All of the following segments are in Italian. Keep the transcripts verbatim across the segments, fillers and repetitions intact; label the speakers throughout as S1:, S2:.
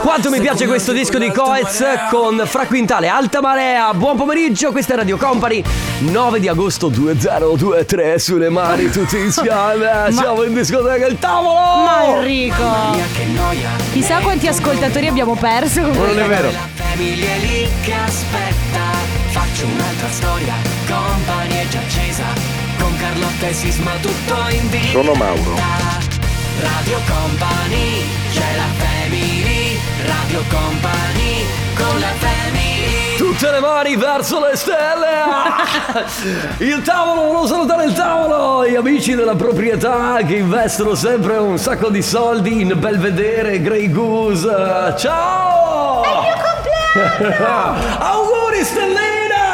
S1: Quanto mi piace questo disco di Coez con Fra Quintale, Alta Marea. Buon pomeriggio, questa è Radio Company, nove di agosto duemilaventitré. Sulle mani tutti insieme. Siamo in discoteca il tavolo.
S2: Ma Enrico, chissà quanti ascoltatori abbiamo perso.
S1: Non è vero.
S3: La famiglia è lì che aspetta. Faccio un'altra storia. Company è già accesa. Con Carlotta e Sisma tutto in diretta.
S4: Sono Mauro.
S3: Radio Company, c'è la family. Radio Company, con la family.
S1: Tutte le mani verso le stelle. Il tavolo, volevo salutare il tavolo. Gli amici della proprietà che investono sempre un sacco di soldi in Belvedere, Grey Goose. Ciao!
S2: È il mio compleanno!
S1: Auguri Stellina!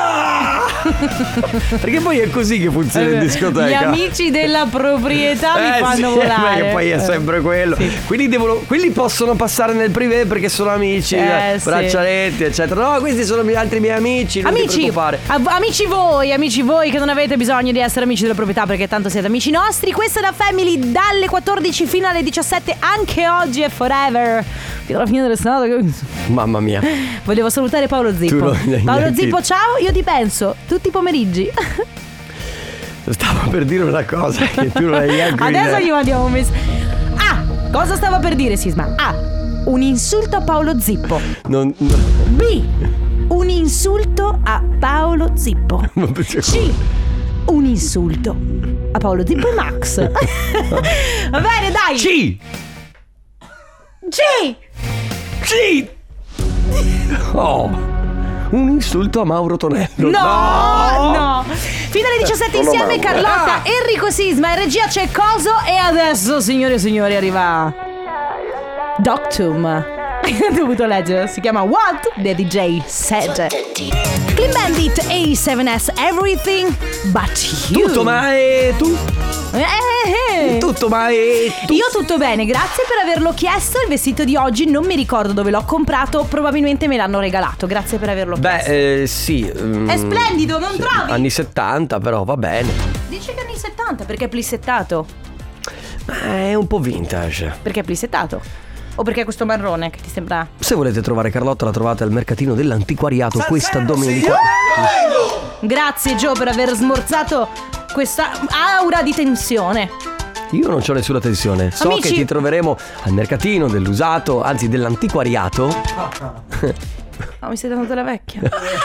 S1: Perché poi è così che funziona in discoteca.
S2: Gli amici della proprietà mi
S1: Eh,
S2: fanno
S1: sì,
S2: volare.
S1: perché poi è sempre quello.
S2: Sì.
S1: Quelli, devono, quelli possono passare nel privé perché sono amici,
S2: Eh, sì.
S1: braccialetti, eccetera. No, questi sono gli altri miei amici. Non ti
S2: Amici,
S1: preoccupare.
S2: a- amici voi, amici voi che non avete bisogno di essere amici della proprietà perché tanto siete amici nostri. Questa è la Family dalle quattordici fino alle diciassette, anche oggi e forever, fino alla fine dell'estate.
S1: Mamma mia.
S2: Volevo salutare Paolo Zippo.
S1: Tu non hai
S2: Paolo
S1: neanche-
S2: Zippo, ciao, io ti penso tutti i pomeriggi.
S1: Stavo per dire una cosa che tu non hai neanche
S2: Adesso
S1: idea.
S2: gli mandiamo un messaggio. Ah, cosa stava per dire Sisma? A. Un insulto a Paolo Zippo.
S1: Non, no.
S2: B. Un insulto a Paolo Zippo. C. Un insulto a Paolo Zippo e Max. Va bene, dai.
S1: C.
S2: C.
S1: C. Oh. Un insulto a Mauro Tonello.
S2: No, no. Fino alle diciassette
S4: Sono
S2: insieme
S4: Mauro.
S2: Carlotta,
S1: Ah.
S2: Enrico Sisma, in regia c'è Coso e adesso, signore e signori, arriva Doctum. Ho dovuto leggere, si chiama What the D J Said. Clean Bandit A sette S Everything But You.
S1: Tutto ma è tu?
S2: Eh, eh, eh.
S1: Tutto ma è tu?
S2: Io tutto bene, grazie per averlo chiesto. Il vestito di oggi non mi ricordo dove l'ho comprato, probabilmente me l'hanno regalato. Grazie per averlo chiesto.
S1: Beh, eh, sì. mm,
S2: È splendido, non trovi?
S1: Anni settanta, però va bene.
S2: Dice che anni settanta, perché è plissettato.
S1: Ma è un po' vintage.
S2: Perché è plissettato? O perché è questo marrone che ti sembra...
S1: Se volete trovare Carlotta, la trovate al mercatino dell'antiquariato questa domenica.
S2: Grazie Gio per aver smorzato questa aura di tensione.
S1: Io non c'ho nessuna tensione. So
S2: Amici-
S1: che ti troveremo al mercatino dell'usato, anzi dell'antiquariato.
S2: Oh, mi stai dando la vecchia.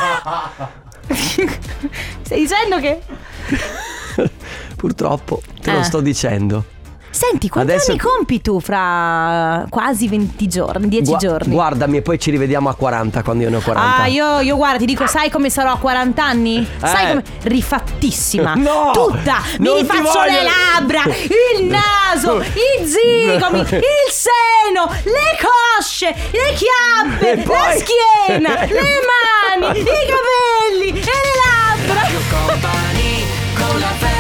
S2: Stai dicendo che...
S1: Purtroppo te
S2: Eh.
S1: lo sto dicendo.
S2: Senti, quanti
S1: Adesso-
S2: anni compi tu fra quasi venti giorni, dieci
S1: Gua-
S2: giorni?
S1: Guardami e poi ci rivediamo a quaranta quando io ne ho quaranta.
S2: Ah, io, io guarda, ti dico, sai come sarò a quaranta anni? Sai
S1: Eh.
S2: come? Rifattissima.
S1: No!
S2: Tutta. Mi
S1: Non ti
S2: rifaccio
S1: voglio!
S2: le labbra, il naso, i zigomi, il seno, le cosce, le chiappe,
S1: E poi-
S2: la schiena, le mani, i capelli e le labbra.
S3: Radio Company, con la family.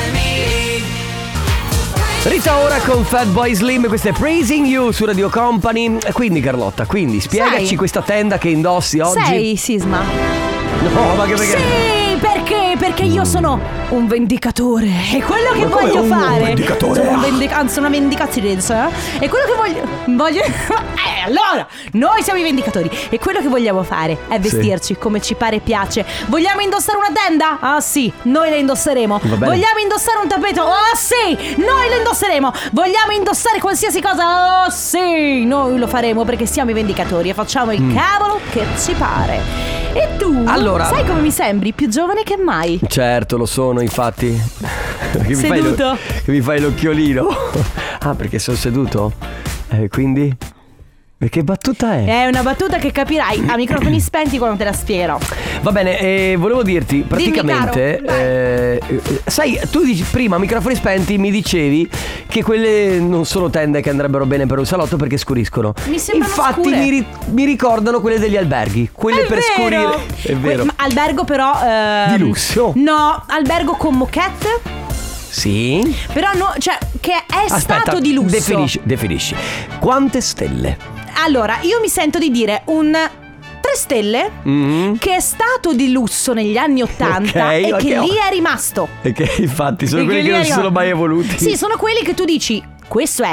S1: Rita ora con Fatboy Slim, questa è Praising You su Radio Company. E quindi Carlotta, quindi spiegaci
S2: Sai-
S1: questa tenda che indossi oggi.
S2: Sei Sisma?
S1: No, ma che perché?
S2: Sì, perché? Perché io sono un vendicatore. E quello che
S1: Ma come
S2: voglio
S1: un
S2: fare.
S1: vendicatore?
S2: Sono un vendic- anzi, una vendicazione. E quello che voglio. Voglio. Eh, allora, noi siamo i vendicatori. E quello che vogliamo fare è vestirci come ci pare e piace. Vogliamo indossare una tenda? Ah sì, noi la indosseremo.
S1: Va bene.
S2: Vogliamo indossare un tappeto? Ah sì, noi lo indosseremo. Vogliamo indossare qualsiasi cosa? Ah sì, noi lo faremo perché siamo i vendicatori e facciamo il cavolo che ci pare. E tu?
S1: Mm. Allora-
S2: sai come mi sembri? Più giovane che mai.
S1: Certo, lo sono, infatti. Che mi fai lo-
S2: Seduto.
S1: che mi fai l'occhiolino. Ah, perché sono seduto? Eh, quindi? E che battuta è?
S2: È una battuta che capirai a microfoni spenti quando te la spiegherò.
S1: Va bene, eh, volevo dirti, praticamente,
S2: caro, vai.
S1: eh, eh, sai, tu dici prima, microfoni spenti, mi dicevi che quelle non sono tende che andrebbero bene per un salotto perché scuriscono.
S2: Mi sembrano
S1: Infatti
S2: scure.
S1: mi, ri- mi ricordano quelle degli alberghi, quelle
S2: È
S1: per
S2: vero.
S1: scurire. È vero.
S2: Que- ma albergo però ehm,
S1: Di lusso.
S2: No, albergo con moquette.
S1: Sì.
S2: Però no, cioè che è
S1: Aspetta,
S2: stato di lusso.
S1: Definisci, definisci. Quante stelle?
S2: Allora, io mi sento di dire un tre stelle
S1: Mm.
S2: che è stato di lusso negli anni ottanta
S1: Ok,
S2: e
S1: ok.
S2: che lì è rimasto.
S1: E che infatti sono
S2: E che
S1: quelli
S2: lì
S1: che non
S2: è
S1: si sono
S2: rimasto.
S1: mai evoluti.
S2: Sì, sono quelli che tu dici, questo è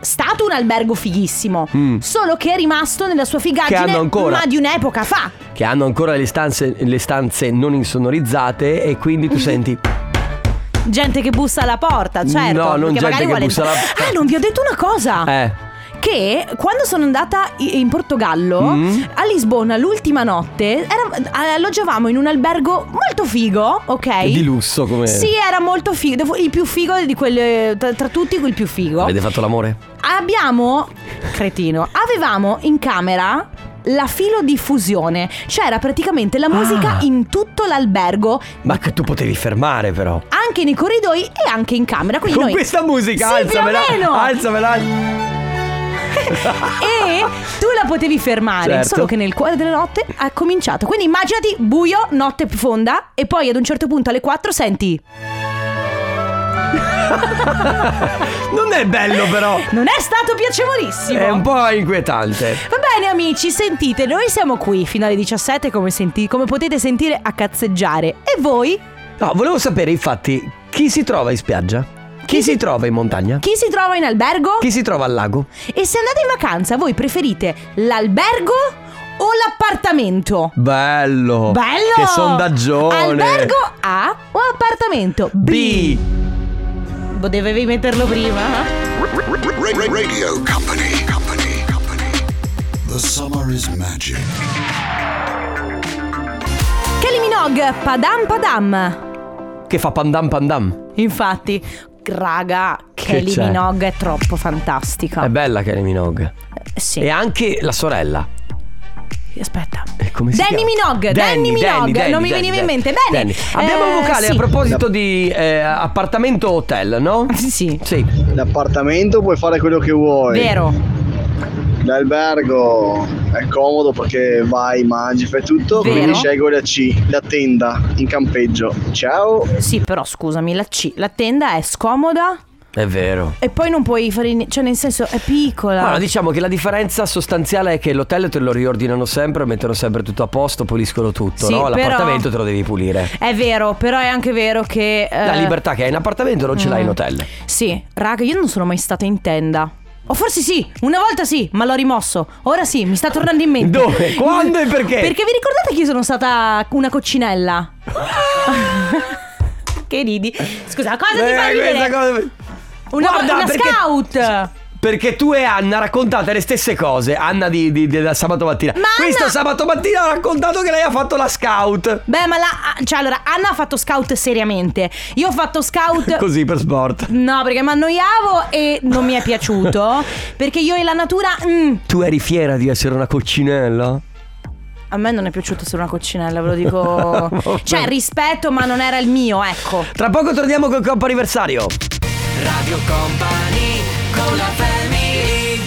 S2: stato un albergo fighissimo,
S1: Mm.
S2: solo che è rimasto nella sua
S1: Che
S2: figaggine,
S1: hanno ancora.
S2: ma di un'epoca fa.
S1: Che hanno ancora le stanze, le stanze non insonorizzate e quindi tu senti...
S2: Gente che bussa alla porta, certo.
S1: No, non
S2: perché
S1: gente
S2: magari
S1: che
S2: vuole
S1: bussa alla-
S2: entrare. Ah, non vi ho detto una cosa.
S1: Eh,
S2: Che quando sono andata i- in Portogallo,
S1: Mm.
S2: a Lisbona, l'ultima notte, era- alloggiavamo in un albergo molto figo, ok?
S1: di lusso come...
S2: Sì, era molto figo, devo- il più figo di quelle, tra, tra tutti il più figo.
S1: Avete fatto l'amore?
S2: Abbiamo, cretino, avevamo in camera la filodiffusione. C'era praticamente la musica
S1: Ah.
S2: in tutto l'albergo,
S1: Ma che tu potevi fermare però.
S2: anche nei corridoi e anche in camera. Quindi
S1: Con
S2: noi,
S1: questa musica,
S2: sì,
S1: alzamela,
S2: più o meno.
S1: alzamela.
S2: E tu la potevi fermare,
S1: Certo.
S2: solo che nel cuore della notte ha cominciato. Quindi immaginati buio, notte profonda, e poi ad un certo punto alle quattro senti.
S1: Non è bello però.
S2: Non è stato piacevolissimo.
S1: È un po' inquietante.
S2: Va bene amici, sentite, noi siamo qui fino alle diciassette, come, senti- come potete sentire, a cazzeggiare. E voi?
S1: No, volevo sapere infatti chi si trova in spiaggia? Chi,
S2: Chi
S1: si
S2: si-
S1: trova in montagna?
S2: Chi si trova in albergo?
S1: Chi si trova al lago?
S2: E se andate in vacanza, voi preferite l'albergo o l'appartamento?
S1: Bello.
S2: Bello!
S1: Che sondaggione.
S2: Albergo A o appartamento B?
S1: B.
S2: Dovevi metterlo prima?
S4: Radio Company. Company. Company. The summer is magic.
S2: Kylie Minogue, Padam Padam.
S1: Che fa pandam pandam.
S2: Infatti, raga,
S1: Che
S2: Kylie
S1: c'è?
S2: Minogue è troppo fantastica.
S1: È bella Kylie Minogue.
S2: Eh, sì.
S1: E anche la sorella.
S2: Aspetta.
S1: E come si
S2: Danny
S1: chiama?
S2: Minogue, Danny Minogue, non mi veniva in mente. Bene.
S1: Danny. Abbiamo
S2: Eh,
S1: un vocale
S2: sì.
S1: a proposito di eh, appartamento hotel, no?
S2: Sì, sì.
S1: Sì.
S5: L'appartamento puoi fare quello che vuoi.
S2: Vero.
S5: L'albergo è comodo perché vai, mangi, fai tutto.
S2: Vero.
S5: Quindi scelgo la C, la tenda in campeggio. Ciao.
S2: Sì, però scusami, la C, la tenda è scomoda
S1: È vero.
S2: e poi non puoi fare ni- cioè nel senso è piccola.
S1: Allora, diciamo che la differenza sostanziale è che l'hotel te lo riordinano sempre, mettono sempre tutto a posto, puliscono tutto,
S2: Sì,
S1: no?
S2: però-
S1: L'appartamento te lo devi pulire.
S2: È vero, però è anche vero che eh,
S1: La libertà che hai in appartamento non ce l'hai in
S2: mm.
S1: hotel.
S2: Sì, raga, io non sono mai stata in tenda. O forse sì, una volta sì, ma l'ho rimosso. Ora sì, mi sta tornando in mente.
S1: Dove? Quando e perché?
S2: Perché vi ricordate che io sono stata una coccinella? Che ridi? Scusa, cosa ti fa
S1: Eh,
S2: ridere?
S1: questa cosa...
S2: Una,
S1: Guarda,
S2: una
S1: perché-
S2: scout.
S1: Perché tu e Anna raccontate le stesse cose. Anna di, di, di- da sabato mattina.
S2: Ma
S1: Questo
S2: Anna-
S1: sabato mattina ha raccontato che lei ha fatto la scout.
S2: Beh, ma la, cioè allora, Anna ha fatto scout seriamente. Io ho fatto scout.
S1: Così per sport.
S2: No, perché mi annoiavo e non mi è piaciuto. Perché io e la natura. mm,
S1: Tu eri fiera di essere una coccinella?
S2: a me non è piaciuto essere una coccinella, ve lo dico. Cioè, rispetto, ma non era il mio, ecco.
S1: Tra poco torniamo col compo anniversario.
S3: Radio Company con la family.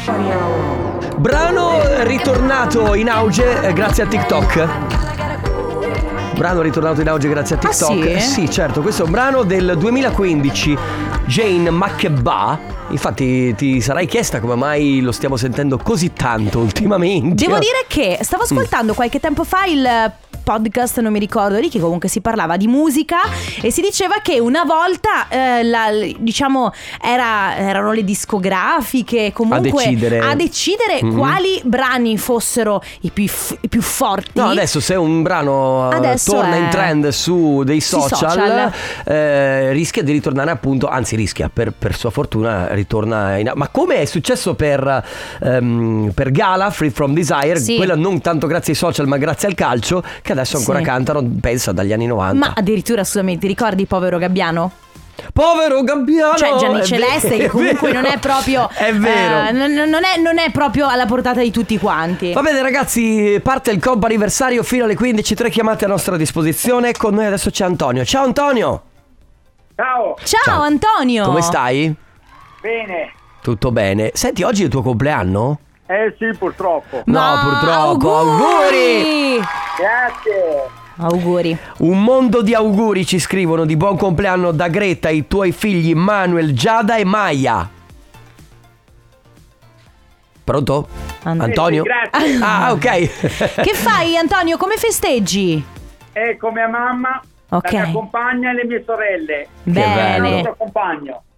S1: Brano ritornato in auge eh, grazie a TikTok. Brano ritornato in auge grazie a
S2: Ah,
S1: TikTok.
S2: sì?
S1: Sì, certo, questo è un brano del duemilaquindici, Jane McBa. Infatti ti sarai chiesta come mai lo stiamo sentendo così tanto ultimamente.
S2: Devo dire che stavo ascoltando qualche tempo fa il podcast, non mi ricordo lì, che comunque si parlava di musica e si diceva che una volta eh, la, diciamo era, erano le discografiche comunque
S1: A decidere.
S2: a decidere
S1: Mhm.
S2: quali brani fossero i più, f- i più forti.
S1: No, adesso se un brano eh,
S2: Adesso
S1: torna
S2: è-
S1: in trend su dei
S2: Sui
S1: social,
S2: social.
S1: eh, rischia di ritornare appunto, anzi rischia, per, per sua fortuna ritorna in... Ma come è successo per, ehm, per Gala, Free From Desire,
S2: Sì.
S1: quella non tanto grazie ai social ma grazie al calcio, che adesso ancora
S2: Sì.
S1: cantano, pensa, dagli anni novanta.
S2: Ma addirittura, scusami, ti ricordi Povero Gabbiano?
S1: Povero Gabbiano!
S2: Cioè Gianni
S1: È
S2: Celeste,
S1: vero,
S2: che comunque
S1: è vero.
S2: non è proprio
S1: È vero.
S2: eh, non, non è, non è proprio alla portata di tutti quanti.
S1: Va bene ragazzi, parte il compo anniversario fino alle quindici, tre chiamate a nostra disposizione. Con noi adesso c'è Antonio. Ciao Antonio!
S6: Ciao,
S2: Ciao,
S1: Ciao.
S2: Antonio.
S1: Come stai?
S6: bene.
S1: Tutto bene. Senti, oggi è il tuo compleanno?
S6: Eh sì, purtroppo.
S1: No,
S2: Ma
S1: purtroppo. Auguri!
S6: Grazie.
S2: Auguri.
S1: Un mondo di auguri ci scrivono di buon compleanno da Greta, i tuoi figli Manuel, Giada e Maya. Pronto?
S2: An-
S1: Antonio?
S6: Sì, sì, grazie.
S1: Ah, ok.
S2: Che fai, Antonio? Come festeggi?
S6: Ecco mia mamma,
S2: Ok.
S6: la mia compagna e le mie sorelle.
S2: Bene.
S6: Il nostro compagno.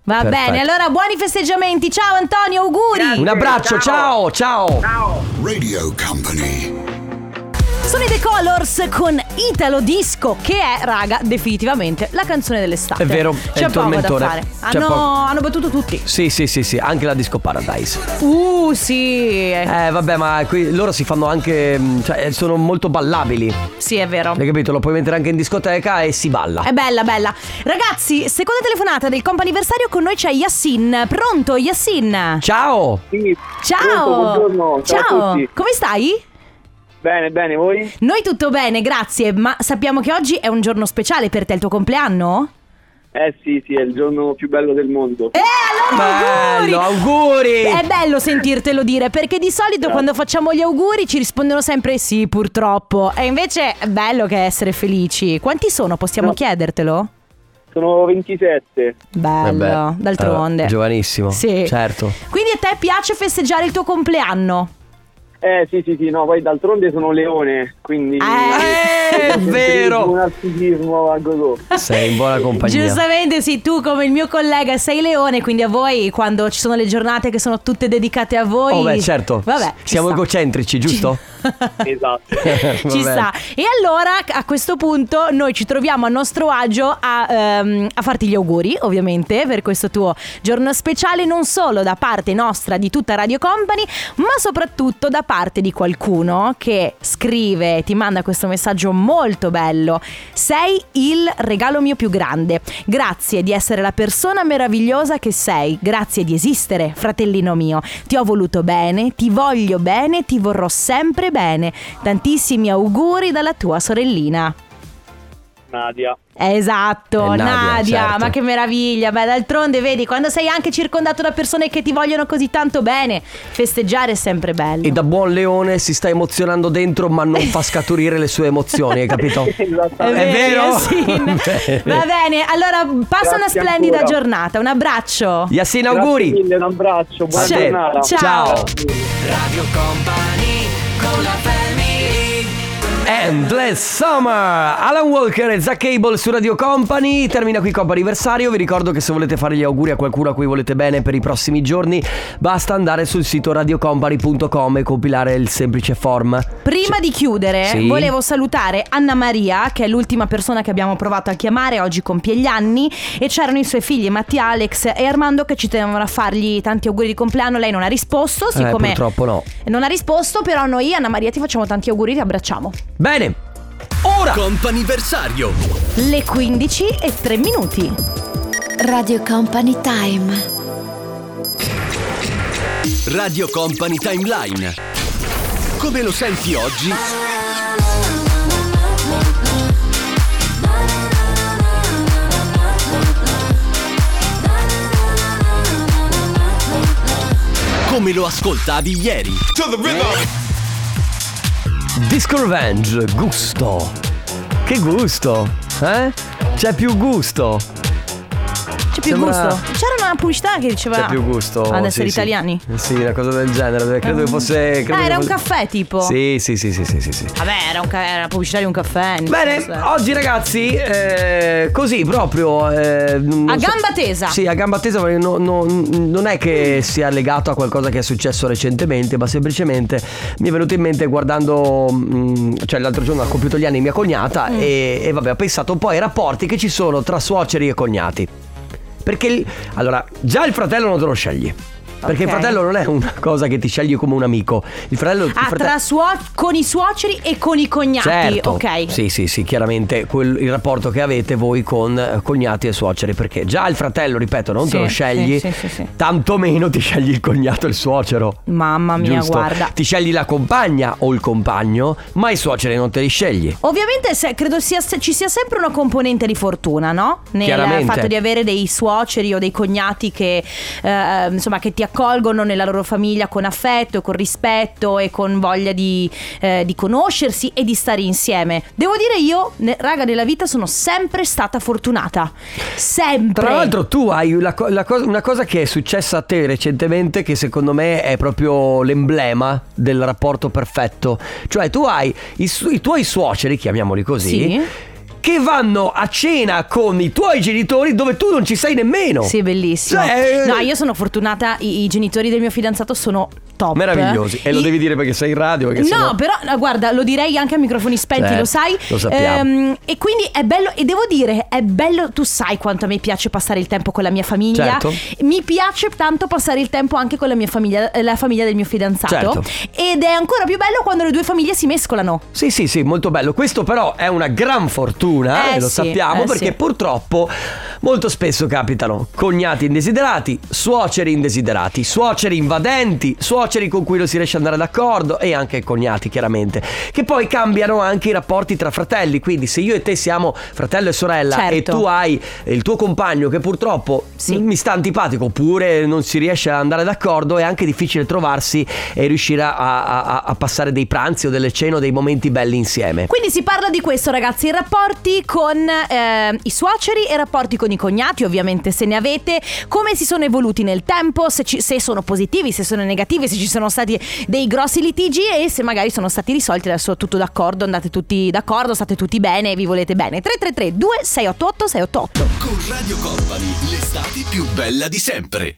S2: Va
S1: Perfetto.
S2: bene, allora buoni festeggiamenti. Ciao Antonio, auguri.
S1: Un abbraccio, ciao, ciao.
S6: Ciao.
S4: Radio Company.
S2: Sono i The Colors con Italo Disco, che è, raga, definitivamente la canzone dell'estate.
S1: È vero, è
S2: C'è
S1: il
S2: poco da
S1: tormentone.
S2: fare.
S1: C'è
S2: Hanno,
S1: poco.
S2: hanno battuto tutti.
S1: Sì, sì, sì, sì, anche la Disco Paradise.
S2: Uh, sì.
S1: Eh, vabbè, ma qui loro si fanno anche, mh, cioè, sono molto ballabili.
S2: Sì, è vero.
S1: Hai capito? Lo puoi mettere anche in discoteca e si balla.
S2: È bella, bella. Ragazzi, seconda telefonata del comp'anniversario, con noi c'è Yassin. Pronto, Yassin?
S1: Ciao.
S6: Sì.
S2: Ciao.
S6: Pronto, buongiorno. Ciao,
S2: Ciao.
S6: a tutti.
S2: Come stai?
S6: Bene, bene, voi?
S2: Noi tutto bene, grazie. Ma sappiamo che oggi è un giorno speciale per te, il tuo compleanno?
S6: Eh sì, sì, è il giorno più bello del mondo.
S2: Eh, allora
S1: Bello, auguri.
S2: È bello sentirtelo dire, perché di solito
S6: Grazie.
S2: quando facciamo gli auguri ci rispondono sempre sì, purtroppo. E invece è bello che essere felici. Quanti sono? Possiamo
S6: No.
S2: chiedertelo?
S6: Sono ventisette.
S2: Bello,
S1: Vabbè.
S2: d'altronde.
S1: Eh, giovanissimo.
S2: Sì.
S1: Certo.
S2: Quindi a te piace festeggiare il tuo compleanno?
S6: Eh sì, sì, sì, no, poi d'altronde sono leone, quindi...
S2: Eh,
S1: è vero.
S6: Un narcisismo a go-go.
S1: Sei in buona compagnia.
S2: Giustamente sì, tu come il mio collega sei leone, quindi a voi quando ci sono le giornate che sono tutte dedicate a voi...
S1: Oh beh, certo.
S2: Vabbè, ci
S1: Siamo
S2: sta.
S1: egocentrici, giusto?
S6: Esatto.
S2: Ci
S1: Vabbè.
S2: sta. E allora a questo punto noi ci troviamo a nostro agio a, ehm, a farti gli auguri, ovviamente, per questo tuo giorno speciale, non solo da parte nostra, di tutta Radio Company, ma soprattutto da parte di qualcuno che scrive, ti manda questo messaggio molto bello. Sei il regalo mio più grande. Grazie di essere la persona meravigliosa che sei. Grazie di esistere, fratellino mio. Ti ho voluto bene, ti voglio bene, ti vorrò sempre bene. Tantissimi auguri dalla tua sorellina.
S6: Nadia.
S2: Esatto,
S1: È
S2: Nadia,
S1: Nadia, certo.
S2: ma che meraviglia. Beh, d'altronde vedi, quando sei anche circondato da persone che ti vogliono così tanto bene, festeggiare è sempre bello.
S1: E da buon leone si sta emozionando dentro, ma non fa scaturire le sue emozioni, hai capito?
S6: Esattamente.
S1: È vero?
S2: Yassin? Va bene, allora passa una
S6: Grazie
S2: splendida
S6: ancora.
S2: giornata. Un abbraccio.
S1: Yassin,
S6: Grazie
S1: auguri.
S6: mille, un abbraccio, buona
S1: A te.
S6: giornata.
S2: Ciao.
S1: Ciao.
S3: Radio Company con la family.
S1: Endless Summer, Alan Walker e Zach Cable su Radio Company. Termina qui Coppa Anniversario. Vi ricordo che se volete fare gli auguri a qualcuno a cui volete bene per i prossimi giorni, basta andare sul sito radio company punto com e compilare il semplice form.
S2: Prima di chiudere,
S1: Sì.
S2: volevo salutare Anna Maria, che è l'ultima persona che abbiamo provato a chiamare, oggi compie gli anni, e c'erano i suoi figli Mattia, Alex e Armando che ci tenevano a fargli tanti auguri di compleanno. Lei non ha risposto,
S1: Eh,
S2: siccome
S1: purtroppo no.
S2: non ha risposto, però noi Anna Maria ti facciamo tanti auguri, ti abbracciamo.
S1: Bene, ora
S3: Comp'anniversario.
S2: Le quindici e tre minuti.
S7: Radio Company Time.
S3: Radio Company Timeline. Come lo senti oggi? Come lo ascoltavi ieri?
S1: Disco Revenge, gusto. Che gusto, eh? C'è più gusto.
S2: C'è più
S1: Sembra-
S2: gusto. C'era una pubblicità che diceva
S1: C'è più gusto.
S2: ad
S1: sì,
S2: essere
S1: sì.
S2: italiani.
S1: Sì, una cosa del genere. Credo che fosse. credo
S2: Ah,
S1: che
S2: era un
S1: fosse-
S2: caffè tipo.
S1: Sì, sì, sì, sì, sì, sì, sì.
S2: Vabbè, era, un ca- era la pubblicità di un caffè. nel
S1: Bene,
S2: senso, eh.
S1: oggi ragazzi, eh, così proprio eh, non
S2: A
S1: so-
S2: gamba tesa.
S1: Sì, a gamba tesa, perché no- no- non è che sia legato a qualcosa che è successo recentemente, ma semplicemente mi è venuto in mente guardando, mh, cioè l'altro giorno ha compiuto gli anni mia cognata
S2: Mm.
S1: e, e vabbè, ho pensato un po' ai rapporti che ci sono tra suoceri e cognati. Perché, il- allora, già il fratello non te lo scegli. Perché
S2: Ok.
S1: il fratello non è una cosa che ti scegli come un amico. Il fratello il
S2: Ah,
S1: frate-
S2: tra suo- con i suoceri e con i cognati.
S1: Certo,
S2: Ok.
S1: sì, sì, sì, chiaramente quel- il rapporto che avete voi con eh, cognati e suoceri, perché già il fratello, ripeto, non
S2: Sì,
S1: te lo scegli,
S2: sì, sì, sì, sì.
S1: tanto meno ti scegli il cognato e il suocero.
S2: Mamma mia,
S1: Giusto?
S2: guarda.
S1: Ti scegli la compagna o il compagno, ma i suoceri non te li scegli.
S2: Ovviamente se- credo sia, se- ci sia sempre una componente di fortuna, no? Nel
S1: Chiaramente.
S2: fatto di avere dei suoceri o dei cognati che eh, insomma che ti accolgono nella loro famiglia con affetto e con rispetto e con voglia di, eh, di conoscersi e di stare insieme. Devo dire io, ne- raga, nella vita sono sempre stata fortunata. Sempre.
S1: Tra l'altro tu hai la co- la cosa- una cosa che è successa a te recentemente che secondo me è proprio l'emblema del rapporto perfetto. Cioè tu hai i, su- i tuoi suoceri, chiamiamoli così,
S2: Sì.
S1: che vanno a cena con i tuoi genitori dove tu non ci sei nemmeno.
S2: Sì, bellissimo.
S1: Cioè,
S2: No, io sono fortunata, i, i genitori del mio fidanzato sono top.
S1: Meravigliosi. E lo
S2: I-
S1: devi dire perché sei in radio, perché
S2: No,
S1: sennò-
S2: però no, guarda, lo direi anche a microfoni spenti,
S1: Certo,
S2: lo sai.
S1: lo sappiamo.
S2: E quindi è bello, e devo dire, è bello, tu sai quanto a me piace passare il tempo con la mia famiglia.
S1: Certo.
S2: Mi piace tanto passare il tempo anche con la mia famiglia, eh, la famiglia del mio fidanzato.
S1: Certo.
S2: Ed è ancora più bello quando le due famiglie si mescolano.
S1: Sì, sì, sì, molto bello. Questo però è una gran fortuna,
S2: Eh
S1: e lo
S2: sì,
S1: sappiamo,
S2: eh
S1: perché
S2: sì.
S1: purtroppo molto spesso capitano cognati indesiderati, suoceri indesiderati, suoceri invadenti, suoceri con cui non si riesce ad andare d'accordo, e anche cognati chiaramente, che poi cambiano anche i rapporti tra fratelli. Quindi se io e te siamo fratello e sorella,
S2: Certo.
S1: e tu hai il tuo compagno che purtroppo
S2: Sì.
S1: mi sta antipatico oppure non si riesce ad andare d'accordo, è anche difficile trovarsi e riuscire a, a, a passare dei pranzi o delle cene o dei momenti belli insieme.
S2: Quindi si parla di questo, ragazzi, i rapporti con eh, i suoceri e rapporti con i cognati, ovviamente, se ne avete, come si sono evoluti nel tempo, se, ci, se sono positivi, se sono negativi, se ci sono stati dei grossi litigi e se magari sono stati risolti, adesso tutto d'accordo, andate tutti d'accordo, state tutti bene, vi volete bene. tre tre tre due sei otto otto sei otto otto.
S8: Con Radio Company, l'estate più bella di sempre.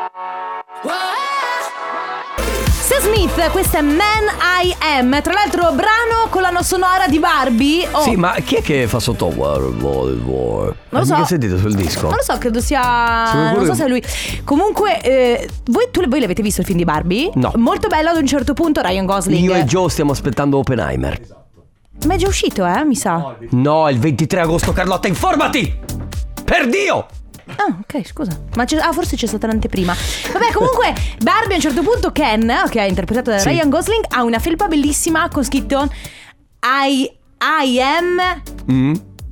S2: Sam Smith, questa è Man I Am, tra l'altro brano colonna sonora di Barbie. Oh,
S1: Sì, ma chi è che fa sotto World War War?
S2: Non lo so.
S1: Che sentito sul disco?
S2: non lo so, credo sia.
S1: Sono
S2: Non
S1: sicuro
S2: so
S1: che-
S2: se è lui. Comunque, eh, voi, tu, voi l'avete visto il film di Barbie?
S1: No.
S2: Molto bello, ad un certo punto Ryan Gosling.
S1: Io e Joe stiamo aspettando Oppenheimer.
S2: Ma è già uscito, eh, mi sa.
S1: No, il ventitré agosto, Carlotta, informati! Per Dio!
S2: Ah, ok, scusa. Ma c'è, ah, forse c'è stata l'anteprima. Vabbè, comunque, Barbie a un certo punto, Ken, che è interpretato da
S1: Sì.
S2: Ryan Gosling, ha una felpa bellissima con scritto I, I am
S1: Mm?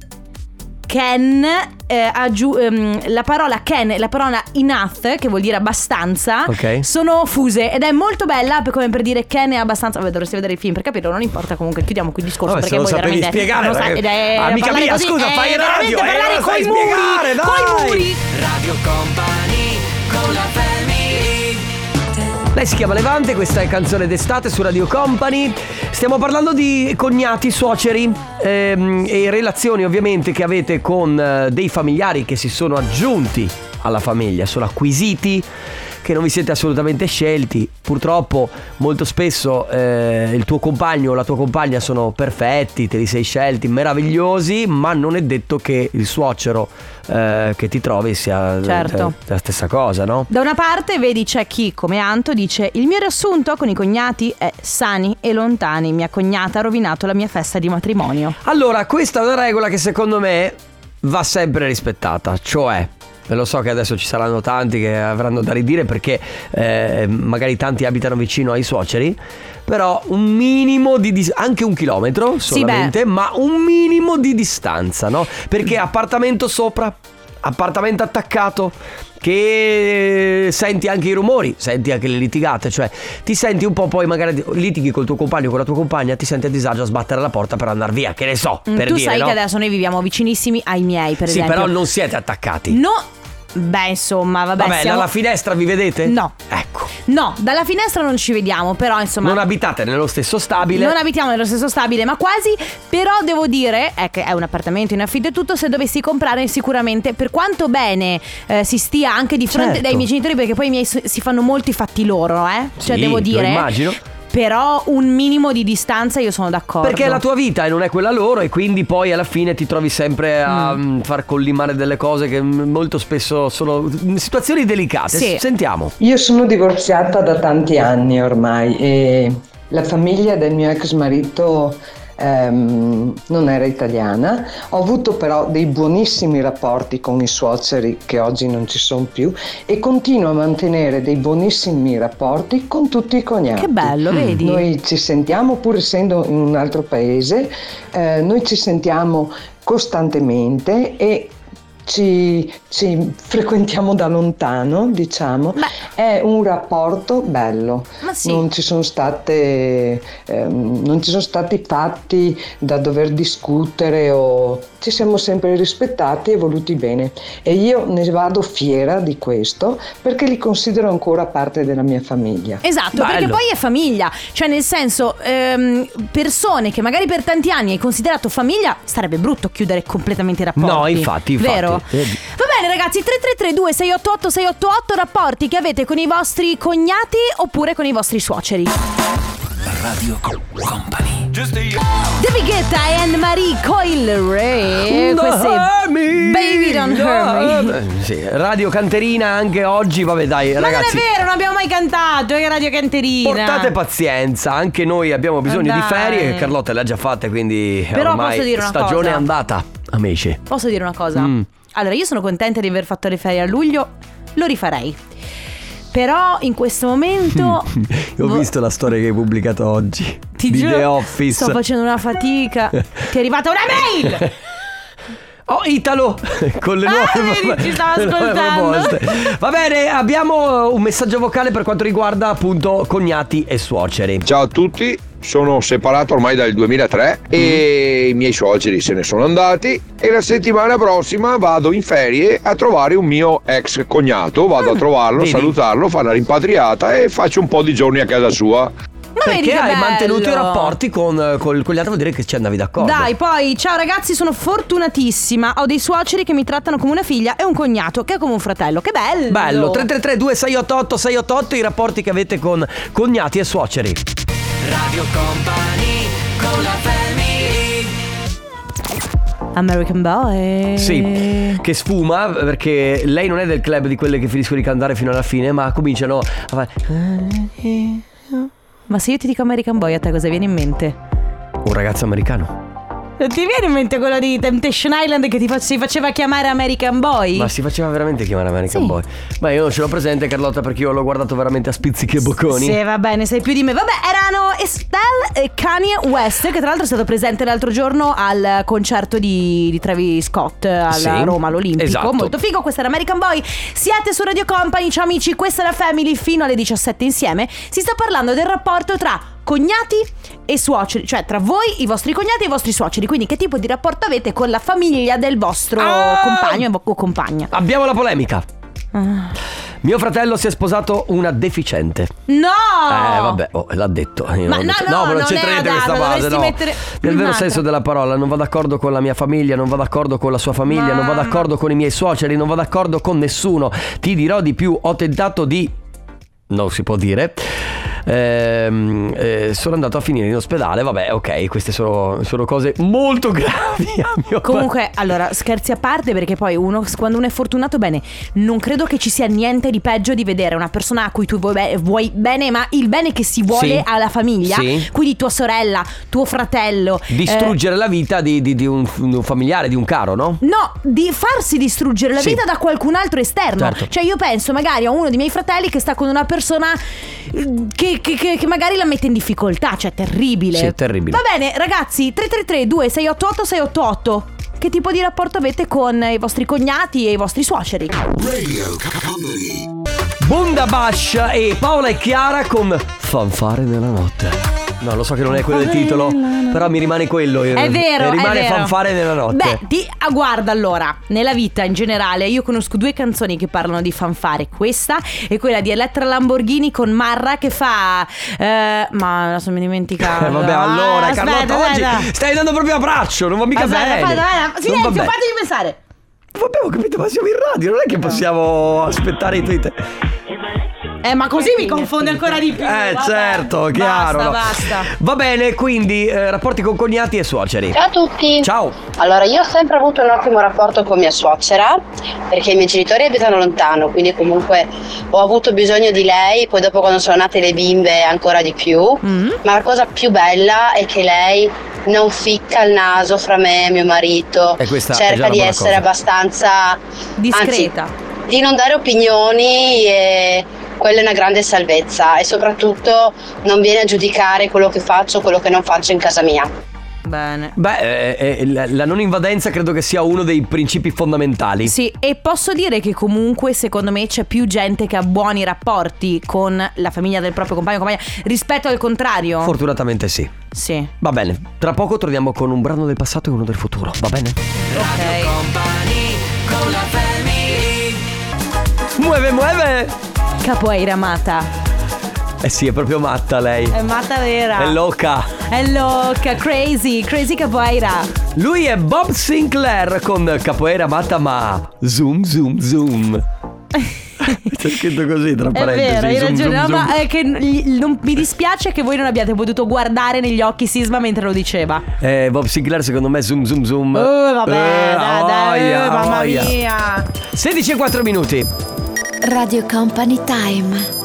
S2: Ken, eh, aggiu- ehm, la parola Ken e la parola enough, che vuol dire abbastanza,
S1: Ok.
S2: sono fuse ed è molto bella, per- come per dire Ken è abbastanza. Vabbè, dovresti vedere il film per capirlo, non importa, comunque chiudiamo qui il discorso.
S1: Vabbè,
S2: perché
S1: se lo
S2: voi
S1: sapevi
S2: veramente
S1: spiegare,
S2: non sa-
S1: perché-
S2: ed è
S1: Amica
S2: parlare
S1: mia,
S2: così,
S1: scusa,
S2: è
S1: fai radio,
S2: veramente
S1: eh,
S2: parlare
S1: lo sai
S2: coi muri,
S1: spiegare,
S2: coi
S1: dai!
S2: muri.
S3: Radio Company con la family.
S1: Lei si chiama Levante, questa è Canzone d'estate su Radio Company. Stiamo parlando di cognati, suoceri ehm, e relazioni ovviamente che avete con eh, dei familiari che si sono aggiunti alla famiglia, sono acquisiti, che non vi siete assolutamente scelti. Purtroppo molto spesso eh, il tuo compagno o la tua compagna sono perfetti, te li sei scelti, meravigliosi, ma non è detto che il suocero eh, che ti trovi sia
S2: Certo.
S1: cioè, la stessa cosa, no?
S2: Da una parte vedi c'è chi come Anto dice: il mio riassunto con i cognati è sani e lontani, mia cognata ha rovinato la mia festa di matrimonio.
S1: Allora, questa è una regola che secondo me va sempre rispettata, cioè, e lo so che adesso ci saranno tanti che avranno da ridire perché eh, magari tanti abitano vicino ai suoceri, però un minimo di dis- anche un chilometro solamente,
S2: beh.
S1: ma un minimo di distanza, no? Perché appartamento sopra, appartamento attaccato, che senti anche i rumori, senti anche le litigate, cioè ti senti un po', poi magari litighi col tuo compagno o con la tua compagna, ti senti a disagio a sbattere la porta per andare via, che ne so,
S2: Mm,
S1: per
S2: tu
S1: dire,
S2: sai
S1: no?
S2: che adesso noi viviamo vicinissimi ai miei, per
S1: Sì,
S2: esempio.
S1: però non siete attaccati.
S2: No, beh, insomma, vabbè.
S1: Vabbè,
S2: siamo...
S1: dalla finestra vi vedete?
S2: No.
S1: Ecco.
S2: No, dalla finestra non ci vediamo, però insomma.
S1: Non abitate nello stesso stabile.
S2: Non abitiamo nello stesso stabile, ma quasi. Però devo dire è che è un appartamento in affitto e tutto. Se dovessi comprare, sicuramente, per quanto bene eh, si stia anche di fronte
S1: Certo.
S2: dai miei genitori, perché poi i miei s- si fanno molti fatti loro, eh. Cioè,
S1: Sì,
S2: devo
S1: lo
S2: dire.
S1: immagino.
S2: Però un minimo di distanza io sono d'accordo.
S1: Perché è la tua vita e non è quella loro, e quindi poi alla fine ti trovi sempre a mm. far collimare delle cose che mm, molto spesso sono mm, situazioni delicate.
S2: Sì.
S1: S- Sentiamo.
S9: Io sono divorziata da tanti anni ormai e la famiglia del mio ex marito ehm, non era italiana. Ho avuto però dei buonissimi rapporti con i suoceri che oggi non ci sono più e continuo a mantenere dei buonissimi rapporti con tutti i cognati.
S2: Che bello, vedi?
S9: Noi ci sentiamo, pur essendo in un altro paese, eh, noi ci sentiamo costantemente e ci, ci frequentiamo da lontano, diciamo.
S2: Beh.
S9: È un rapporto bello.
S2: Ma sì.
S9: Non ci sono state ehm, non ci sono stati fatti da dover discutere, o ci siamo sempre rispettati e voluti bene, e io ne vado fiera di questo perché li considero ancora parte della mia famiglia.
S2: Esatto,
S1: Bello.
S2: perché poi è famiglia, cioè nel senso ehm, persone che magari per tanti anni hai considerato famiglia, sarebbe brutto chiudere completamente i rapporti.
S1: No, infatti, infatti.
S2: Vero?
S1: Eh.
S2: Va bene ragazzi, tre tre tre due sei otto otto sei otto otto, rapporti che avete con i vostri cognati oppure con i vostri suoceri.
S8: Radio Company.
S2: David Guetta e Anne-Marie Coil-Ray. Queste Baby Don't Hurt Me.
S1: Sì, Radio Canterina anche oggi, vabbè dai
S2: Ma
S1: ragazzi.
S2: non è vero, non abbiamo mai cantato, è Radio Canterina.
S1: Portate pazienza, anche noi abbiamo bisogno
S2: Dai.
S1: di ferie. Carlotta le ha già fatte, quindi
S2: Però
S1: ormai
S2: posso dire una
S1: stagione
S2: cosa?
S1: è andata, amici.
S2: Posso dire una cosa?
S1: Mm.
S2: Allora, io sono contenta di aver fatto le ferie a luglio, lo rifarei. Però in questo momento
S1: Io ho visto la storia che hai pubblicato oggi
S2: Ti
S1: di
S2: giuro,
S1: The Office.
S2: sto facendo una fatica. Ti è arrivata una mail.
S1: Oh, Italo con le
S2: Ah,
S1: nuove,
S2: vedi, ci stavo
S1: le nuove
S2: ascoltando.
S1: proposte. Va bene, abbiamo un messaggio vocale per quanto riguarda appunto cognati e suoceri.
S10: Ciao a tutti, sono separato ormai dal duemilatré e i miei suoceri se ne sono andati e la settimana prossima vado in ferie a trovare un mio ex cognato, vado a trovarlo,
S1: vedi?
S10: salutarlo, fare la rimpatriata e faccio un po' di giorni a casa sua.
S2: Ma vedi
S1: Perché
S2: che
S1: hai
S2: bello.
S1: mantenuto i rapporti con, con, con gli altri, vuol dire che ci andavi d'accordo.
S2: Dai, poi ciao ragazzi, sono fortunatissima. Ho dei suoceri che mi trattano come una figlia e un cognato che è come un fratello. Che bello.
S1: Bello. Tre tre tre due sei otto otto sei otto otto, i rapporti che avete con cognati e suoceri.
S3: Radio Company con la family.
S2: American Boy.
S1: Sì, che sfuma perché lei non è del club di quelle che finiscono di cantare fino alla fine, ma cominciano a fare.
S2: Ma se io ti dico American Boy, a te cosa viene in mente?
S1: Un ragazzo americano.
S2: Non ti viene in mente quello di Temptation Island che ti fa- si faceva chiamare American Boy?
S1: Ma si faceva veramente chiamare American
S2: Sì.
S1: Boy? Ma io non ce l'ho presente, Carlotta, perché io l'ho guardato veramente a spizzichi e bocconi.
S2: Sì, va bene, sai più di me. Vabbè, erano Estelle e Kanye West, che tra l'altro è stato presente l'altro giorno al concerto di, di Travis Scott alla
S1: Sì,
S2: Roma, all'Olimpico.
S1: esatto.
S2: Molto figo, questa era American Boy. Siete su Radio Company, ciao amici, questa è la Family fino alle diciassette insieme. Si sta parlando del rapporto tra cognati e suoceri, cioè tra voi, i vostri cognati e i vostri suoceri. Quindi che tipo di rapporto avete con la famiglia del vostro
S1: Ah!
S2: compagno o compagna?
S1: Abbiamo la polemica.
S2: Ah.
S1: Mio fratello si è sposato una deficiente.
S2: No!
S1: Eh vabbè, oh, l'ha detto. Io
S2: Ma
S1: non
S2: no,
S1: detto-
S2: no,
S1: ma non
S2: non
S1: c'entra
S2: è
S1: niente
S2: adatto,
S1: questa base,
S2: dovresti
S1: no.
S2: mettere
S1: Nel vero
S2: un'altra.
S1: senso della parola, non va d'accordo con la mia famiglia, non va d'accordo con la sua famiglia, non va
S2: Mamma.
S1: d'accordo con i miei suoceri, non va d'accordo con nessuno. Ti dirò di più, ho tentato di... non si può dire. Ehm, eh, sono andato a finire in ospedale. Vabbè, ok, queste sono, sono cose molto gravi a mio
S2: Comunque, allora, scherzi a parte, perché poi uno, quando uno è fortunato, bene, non credo che ci sia niente di peggio di vedere una persona a cui tu vuoi, be- vuoi bene, ma il bene che si vuole
S1: Sì.
S2: alla famiglia,
S1: Sì.
S2: quindi tua sorella, tuo fratello,
S1: distruggere la vita di, di- di un, un familiare, di un caro, no?
S2: eh, no, di farsi distruggere la
S1: Sì.
S2: vita da qualcun altro esterno.
S1: Certo.
S2: Cioè io penso magari a uno dei miei fratelli che sta con una persona eh, che, che, che, che magari la mette in difficoltà. Cioè terribile.
S1: Sì, terribile.
S2: Va bene ragazzi, tre tre tre due sei otto otto sei otto otto. Che tipo di rapporto avete con i vostri cognati e i vostri suoceri?
S4: Radio Company.
S1: Bundabash e Paola e Chiara con Fanfare nella notte. No, lo so che non è quello del titolo, però mi rimane quello.
S2: È vero,
S1: E rimane
S2: è vero.
S1: Fanfare nella notte.
S2: Beh, ti, ah, guarda allora, nella vita in generale io conosco due canzoni che parlano di fanfare. Questa e quella di Elettra Lamborghini con Marra che fa eh, ma la sono dimenticata.
S1: Eh, vabbè, allora,
S2: Ah,
S1: Carlotta,
S2: aspetta,
S1: oggi
S2: aspetta.
S1: stai dando proprio a braccio, non va mica
S2: Aspetta,
S1: bene.
S2: aspetta, aspetta.
S1: Non
S2: Silenzio,
S1: va bene.
S2: fatemi pensare.
S1: Vabbè, ho capito, ma siamo in radio, non è che possiamo aspettare i Twitter.
S2: Eh, ma così mi confonde ancora di più.
S1: Eh,
S2: vabbè.
S1: certo, chiaro.
S2: Basta,
S1: no.
S2: basta.
S1: Va bene, quindi eh, rapporti con cognati e suoceri.
S11: Ciao a tutti.
S1: Ciao.
S11: Allora, io ho sempre avuto un ottimo rapporto con mia suocera, perché i miei genitori abitano lontano, quindi comunque ho avuto bisogno di lei, poi dopo quando sono nate le bimbe ancora di più.
S2: Mm.
S11: Ma la cosa più bella è che lei non ficca il naso fra me e mio marito,
S1: E questa è già
S11: cerca
S1: una
S11: di
S1: buona
S11: essere
S1: cosa.
S11: abbastanza
S2: Discreta.
S11: anzi, di non dare opinioni, e quella è una grande salvezza, e soprattutto non viene a giudicare quello che faccio, quello che non faccio in casa mia.
S2: Bene.
S1: Beh, eh, eh, la, la non invadenza credo che sia uno dei principi fondamentali.
S2: Sì, e posso dire che comunque secondo me c'è più gente che ha buoni rapporti con la famiglia del proprio compagno o compagna rispetto al contrario.
S1: Fortunatamente sì.
S2: Sì.
S1: Va bene, tra poco torniamo con un brano del passato e uno del futuro, va bene?
S3: Radio Company con la family.
S1: Muove, muove!
S2: Capoeira mata.
S1: Eh sì, è proprio matta lei.
S2: È matta vera.
S1: È loca.
S2: È loca, crazy, crazy capoeira.
S1: Lui è Bob Sinclair con Capoeira matta ma zoom zoom zoom. C'è scritto così tra parentesi.
S2: È vero, hai
S1: zoom,
S2: ragione,
S1: zoom,
S2: no,
S1: zoom.
S2: ma è che gli- non, mi dispiace che voi non abbiate potuto guardare negli occhi Sisma mentre lo diceva.
S1: Eh, Bob Sinclair secondo me zoom zoom zoom.
S2: Oh, vabbè,
S1: Eh,
S2: dai, dai,
S1: voglia,
S2: mamma
S1: voglia.
S2: mia.
S1: sedici e quattro minuti.
S7: Radio Company Time.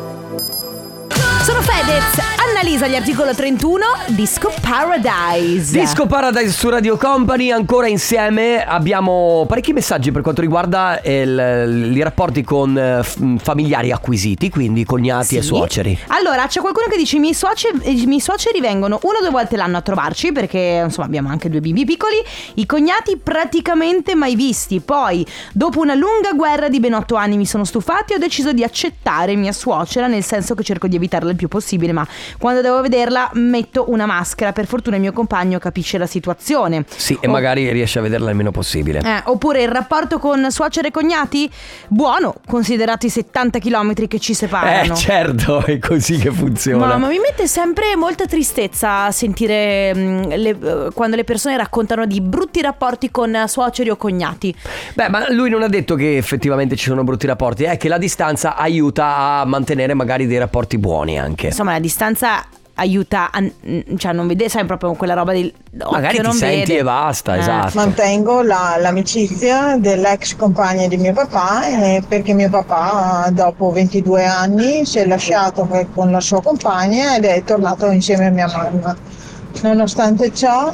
S2: Sono Fedez, Annalisa, gli articolo trentuno, Disco Paradise.
S1: Disco Paradise su Radio Company, ancora insieme. Abbiamo parecchi messaggi per quanto riguarda il, i rapporti con eh, f- familiari acquisiti, quindi cognati
S2: Sì.
S1: e suoceri.
S2: Allora, c'è qualcuno che dice i miei, suoceri, i miei suoceri vengono una o due volte l'anno a trovarci, perché insomma abbiamo anche due bimbi piccoli. I cognati praticamente mai visti. Poi, dopo una lunga guerra di ben otto anni mi sono stufati e ho deciso di accettare mia suocera, nel senso che cerco di evitarla il più possibile, ma quando devo vederla metto una maschera. Per fortuna il mio compagno capisce la situazione.
S1: Sì, e
S2: Oh.
S1: magari riesce a vederla il meno possibile.
S2: Eh, oppure il rapporto con suocere e cognati? Buono, considerati i settanta chilometri che ci separano.
S1: Eh certo, è così che funziona.
S2: Ma, ma mi mette sempre molta tristezza sentire mh, le, eh, quando le persone raccontano di brutti rapporti con suoceri o cognati.
S1: Beh, ma lui non ha detto che effettivamente ci sono brutti rapporti, è che la distanza aiuta a mantenere magari dei rapporti buoni anche.
S2: Insomma, la distanza aiuta a, cioè, a non vedere, sai, proprio quella roba di
S1: Magari ti
S2: non
S1: senti
S2: vede.
S1: e basta,
S2: Eh.
S1: esatto.
S12: Mantengo la- l'amicizia dell'ex compagna di mio papà, eh, perché mio papà dopo ventidue anni si è lasciato per- con la sua compagna ed è tornato insieme a mia mamma. Nonostante ciò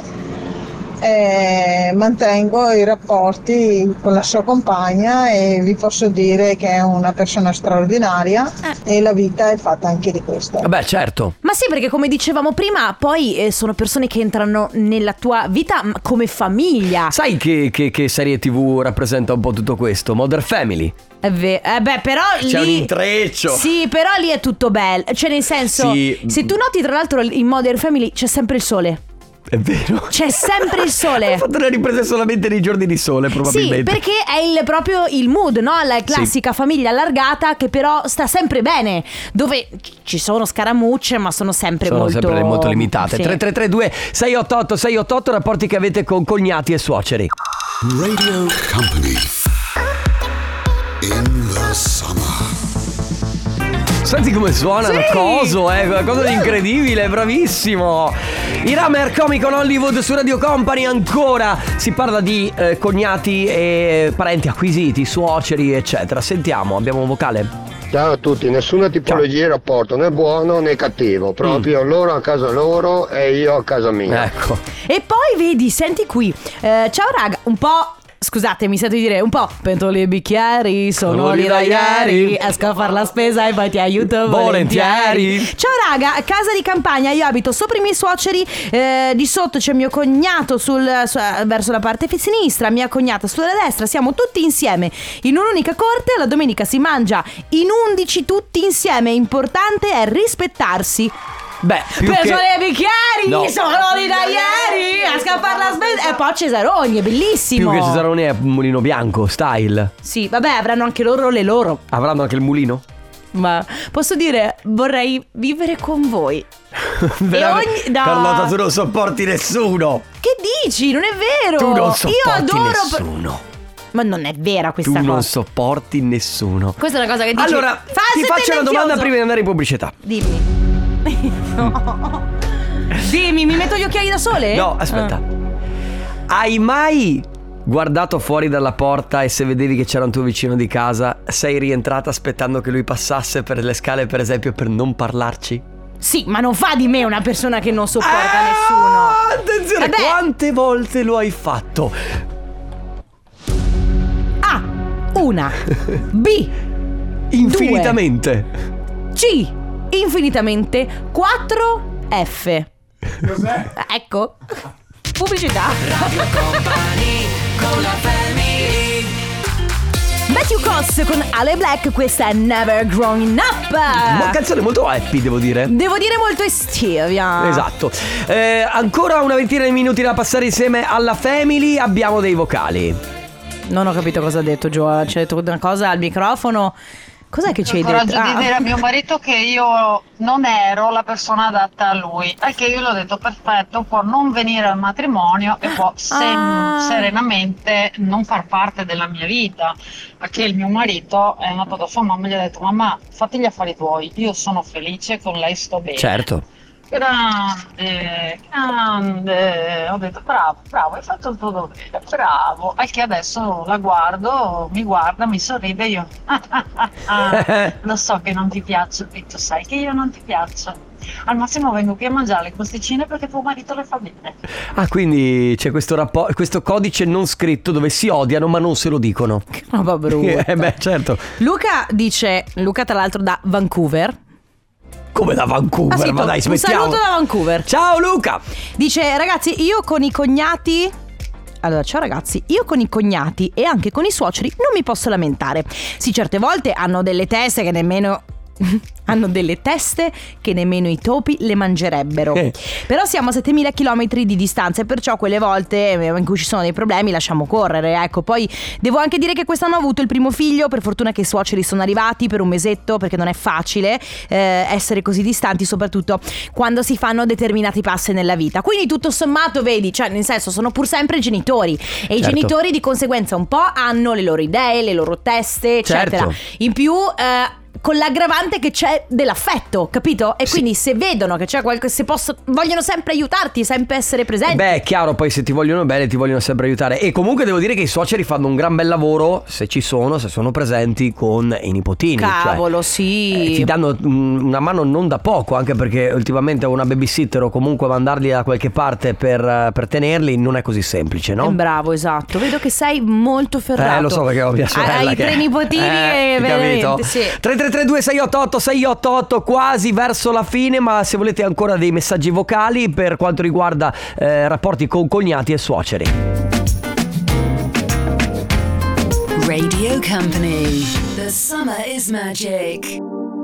S12: eh, mantengo i rapporti con la sua compagna e vi posso dire che è una persona straordinaria e la vita è fatta anche di questo.
S1: Beh, certo.
S2: Ma sì, perché come dicevamo prima, poi eh, sono persone che entrano nella tua vita m- come famiglia.
S1: Sai che, che, che serie tivù rappresenta un po' tutto questo? Modern Family.
S2: È ve- eh beh, però lì
S1: C'è un intreccio.
S2: Sì, però lì è tutto bello. Cioè, nel senso,
S1: Sì.
S2: se tu noti, tra l'altro, in Modern Family c'è sempre il sole.
S1: È vero.
S2: C'è sempre il sole.
S1: Ho fatto le riprese solamente nei giorni di sole,
S2: Sì,
S1: probabilmente.
S2: perché è il, proprio il mood, no? La classica famiglia allargata che però sta sempre bene, dove ci sono scaramucce ma sono sempre
S1: Sono
S2: molto
S1: sempre molto limitate.
S2: Sì.
S1: tre tre tre due sei otto otto sei otto otto, rapporti che avete con cognati e suoceri.
S4: Radio Company. In the summer.
S1: Senti come suona,
S2: Sì.
S1: una cosa, eh, qualcosa di incredibile, bravissimo. Iramer Comic con Hollywood su Radio Company. Ancora si parla di eh, cognati e parenti acquisiti, suoceri eccetera. Sentiamo, abbiamo un vocale.
S13: Ciao a tutti, nessuna tipologia di rapporto, né buono né cattivo, proprio loro a casa loro e io a casa mia.
S1: Ecco.
S2: E poi vedi, senti qui, eh, ciao raga, un po'. Scusate, mi sento di dire un po'. Pentole e bicchieri, sono
S1: Sono
S2: lì
S1: lì
S2: da
S1: da
S2: ieri.
S1: ieri.
S2: Esco a fare la spesa e poi ti aiuto
S1: Volentieri.
S2: volentieri. Ciao raga, casa di campagna. Io abito sopra i miei suoceri, eh, di sotto c'è mio cognato sul, su- verso la parte sinistra, mia cognata sulla destra. Siamo tutti insieme in un'unica corte. La domenica si mangia in undici tutti insieme. Importante è rispettarsi.
S1: Beh, più che...
S2: Pentole e bicchieri,
S1: No.
S2: sono lì da ieri. Esco a fare la spesa. E poi Cesaroni, è bellissimo.
S1: Più che Cesaroni è un mulino bianco, style.
S2: Sì, vabbè, avranno anche loro le loro.
S1: Avranno anche il mulino?
S2: Ma posso dire, vorrei vivere con voi.
S1: Veramente.
S2: ogni- no.
S1: Carlotta, tu non sopporti nessuno.
S2: Che dici? Non è vero.
S1: Tu non
S2: Io
S1: sopporti
S2: adoro.
S1: nessuno.
S2: Ma non è vera questa
S1: Tu
S2: cosa.
S1: non sopporti nessuno.
S2: Questa è una cosa che dici.
S1: Allora,
S2: falso
S1: ti
S2: e
S1: faccio una domanda
S2: tendenzioso.
S1: prima di andare in pubblicità.
S2: Dimmi. No. Dimmi, mi metto gli occhiali da sole?
S1: No, aspetta.
S2: Ah.
S1: Hai mai guardato fuori dalla porta e se vedevi che c'era un tuo vicino di casa, sei rientrata aspettando che lui passasse per le scale, per esempio, per non parlarci?
S2: Sì, ma non fa di me una persona che non sopporta
S1: Ah,
S2: nessuno.
S1: Attenzione,
S2: Vabbè.
S1: quante volte lo hai fatto?
S2: A. Una. B.
S1: Infinitamente.
S2: C. Infinitamente. Quattro. F.
S1: Cos'è?
S2: Ecco. Pubblicità.
S3: Radio Company con la family.
S2: Matthew Coss con Ale Black, questa è Never Growing Up.
S1: Una canzone molto happy, devo dire.
S2: Devo dire molto estiva.
S1: Esatto. Eh, ancora una ventina di minuti da passare insieme alla family. Abbiamo dei vocali.
S2: Non ho capito cosa ha detto Gio. Ci ha detto una cosa al microfono. Cos'è che ci hai
S14: Ho il
S2: detto?
S14: coraggio
S2: Ah.
S14: di dire a mio marito che io non ero la persona adatta a lui, al che io gli ho detto perfetto, può non venire al matrimonio e può sen-
S2: Ah.
S14: serenamente non far parte della mia vita, perché il mio marito è andato da sua mamma e gli ha detto mamma fatti gli affari tuoi, io sono felice, con lei sto bene.
S1: Certo.
S14: Grande, grande, ho detto bravo, bravo, hai fatto il tuo dovere, bravo, al che adesso la guardo, mi guarda, mi sorride e io, lo so che non ti piaccio, e tu sai che io non ti piaccio, al massimo vengo qui a mangiare le crosticine perché tuo marito le fa bene.
S1: Ah, quindi c'è questo rapporto, questo codice non scritto dove si odiano ma non se lo dicono.
S2: Che roba brutta.
S1: Eh beh, certo.
S2: Luca dice, Luca tra l'altro da Vancouver.
S1: Come da Vancouver?
S2: Ah, sì,
S1: ma dai,
S2: un
S1: smettiamo.
S2: saluto da Vancouver.
S1: Ciao Luca.
S2: Dice ragazzi, io con i cognati. Allora, ciao ragazzi, io con i cognati e anche con i suoceri non mi posso lamentare. Sì, certe volte hanno delle teste che nemmeno hanno delle teste che nemmeno i topi le mangerebbero.
S1: Eh.
S2: Però siamo a settemila chilometri di distanza e perciò quelle volte in cui ci sono dei problemi lasciamo correre. Ecco, poi devo anche dire che quest'anno ho avuto il primo figlio. Per fortuna che i suoceri sono arrivati per un mesetto, perché non è facile eh, essere così distanti, soprattutto quando si fanno determinati passi nella vita. Quindi tutto sommato, vedi, cioè nel senso sono pur sempre genitori. E
S1: certo.
S2: i genitori di conseguenza un po' hanno le loro idee, le loro teste, eccetera.
S1: Certo.
S2: In più eh, con l'aggravante che c'è dell'affetto, capito? E
S1: sì.
S2: quindi se vedono che c'è qualcosa, se posso, vogliono sempre aiutarti, sempre essere presenti.
S1: Beh, è chiaro, poi se ti vogliono bene ti vogliono sempre aiutare. E comunque devo dire che i suoceri fanno un gran bel lavoro, se ci sono, se sono presenti, con i nipotini.
S2: Cavolo,
S1: cioè,
S2: sì.
S1: eh, ti danno mm, una mano non da poco, anche perché ultimamente una babysitter o comunque mandarli da qualche parte per, per tenerli non è così semplice, no?
S2: Bravo, esatto. Vedo che sei molto ferrato.
S1: Eh, lo so perché ho mia sorella
S2: Hai
S1: che...
S2: tre nipotini
S1: eh,
S2: e veramente,
S1: capito?
S2: sì.
S1: tre tre tre due sei otto otto sei otto otto, quasi verso la fine, ma se volete ancora dei messaggi vocali per quanto riguarda eh, rapporti con cognati e suoceri.
S15: Radio Company. The summer is magic.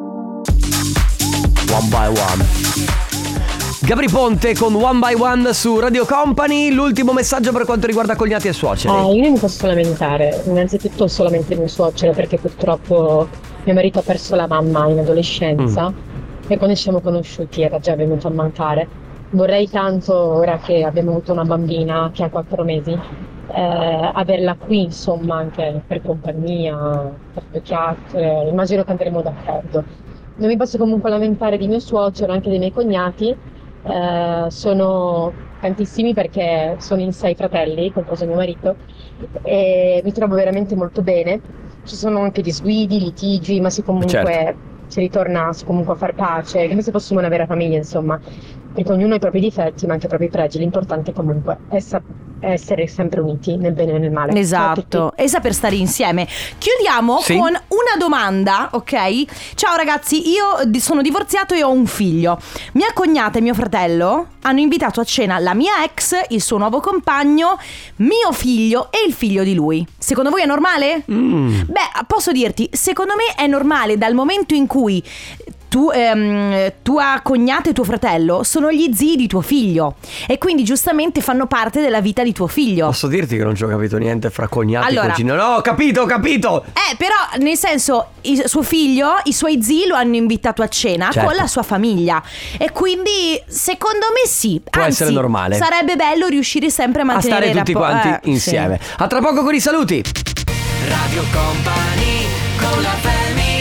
S1: One by one. Gabri Ponte con One by One su Radio Company. L'ultimo messaggio per quanto riguarda cognati e suoceri.
S16: Ah, io non mi posso lamentare. Innanzitutto solamente mio suocero, perché purtroppo mio marito ha perso la mamma in adolescenza mm. e quando ci siamo conosciuti era già venuto a mancare. Vorrei tanto, ora che abbiamo avuto una bambina che ha quattro mesi, eh, averla qui, insomma, anche per compagnia, per due chiacchiere. Immagino che andremo d'accordo. Non mi posso comunque lamentare di mio suocero, anche dei miei cognati. Eh, sono tantissimi perché sono in sei fratelli, compreso mio marito, e mi trovo veramente molto bene. Ci sono anche disguidi, litigi, ma si comunque
S1: certo.
S16: si ritorna comunque a far pace, come se fossimo una vera famiglia, insomma, perché ognuno ha i propri difetti ma anche i propri pregi. L'importante comunque è sap- essere sempre uniti nel bene e nel male.
S2: Esatto, e saper stare insieme. Chiudiamo
S1: sì.
S2: con una domanda, ok? Ciao ragazzi, io di- sono divorziato e ho un figlio. Mia cognata e mio fratello hanno invitato a cena la mia ex, il suo nuovo compagno, mio figlio e il figlio di lui. Secondo voi è normale?
S1: Mm.
S2: Beh, posso dirti, secondo me è normale dal momento in cui tu, ehm, tua cognata e tuo fratello sono gli zii di tuo figlio e quindi giustamente fanno parte della vita di tuo figlio.
S1: Posso dirti che non ci ho capito niente fra cognati
S2: Allora,
S1: e cugini? No, ho capito, ho capito.
S2: Eh, però nel senso, il suo figlio, i suoi zii lo hanno invitato a cena
S1: certo.
S2: con la sua famiglia e quindi secondo me sì.
S1: Può
S2: Anzi,
S1: essere normale.
S2: sarebbe bello riuscire sempre a
S1: A
S2: mantenere
S1: stare
S2: i
S1: tutti
S2: rappo-
S1: quanti
S2: eh,
S1: insieme.
S2: sì.
S1: A tra poco con i saluti.
S3: Radio Company con la family.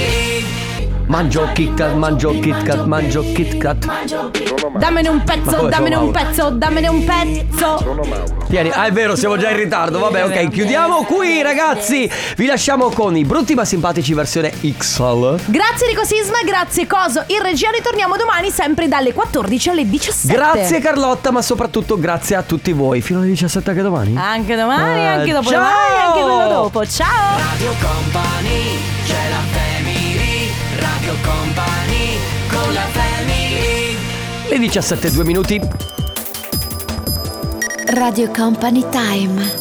S1: Mangio Kit Kat, mangio Kit Kat, mangio Kit Kat.
S2: Dammene un
S1: Ma
S2: pezzo,
S1: come
S2: dammene
S1: sono
S2: un
S1: Mauro?
S2: pezzo, dammene un pezzo.
S1: Tieni, ah è vero, siamo già in ritardo. Vabbè, ok, chiudiamo qui ragazzi. Vi lasciamo con i brutti ma simpatici versione X L.
S2: Grazie Rico Sisma, grazie Coso in regia. Ritorniamo domani sempre dalle quattordici alle diciassette.
S1: Grazie Carlotta, ma soprattutto grazie a tutti voi. Fino alle diciassette anche domani.
S2: Anche domani,
S1: Eh,
S2: anche dopo
S1: ciao!
S2: domani, anche quello dopo. Ciao.
S3: Radio Company, c'è la family. Radio Company con la family.
S1: Le diciassette, due minuti.
S7: Radio Company Time.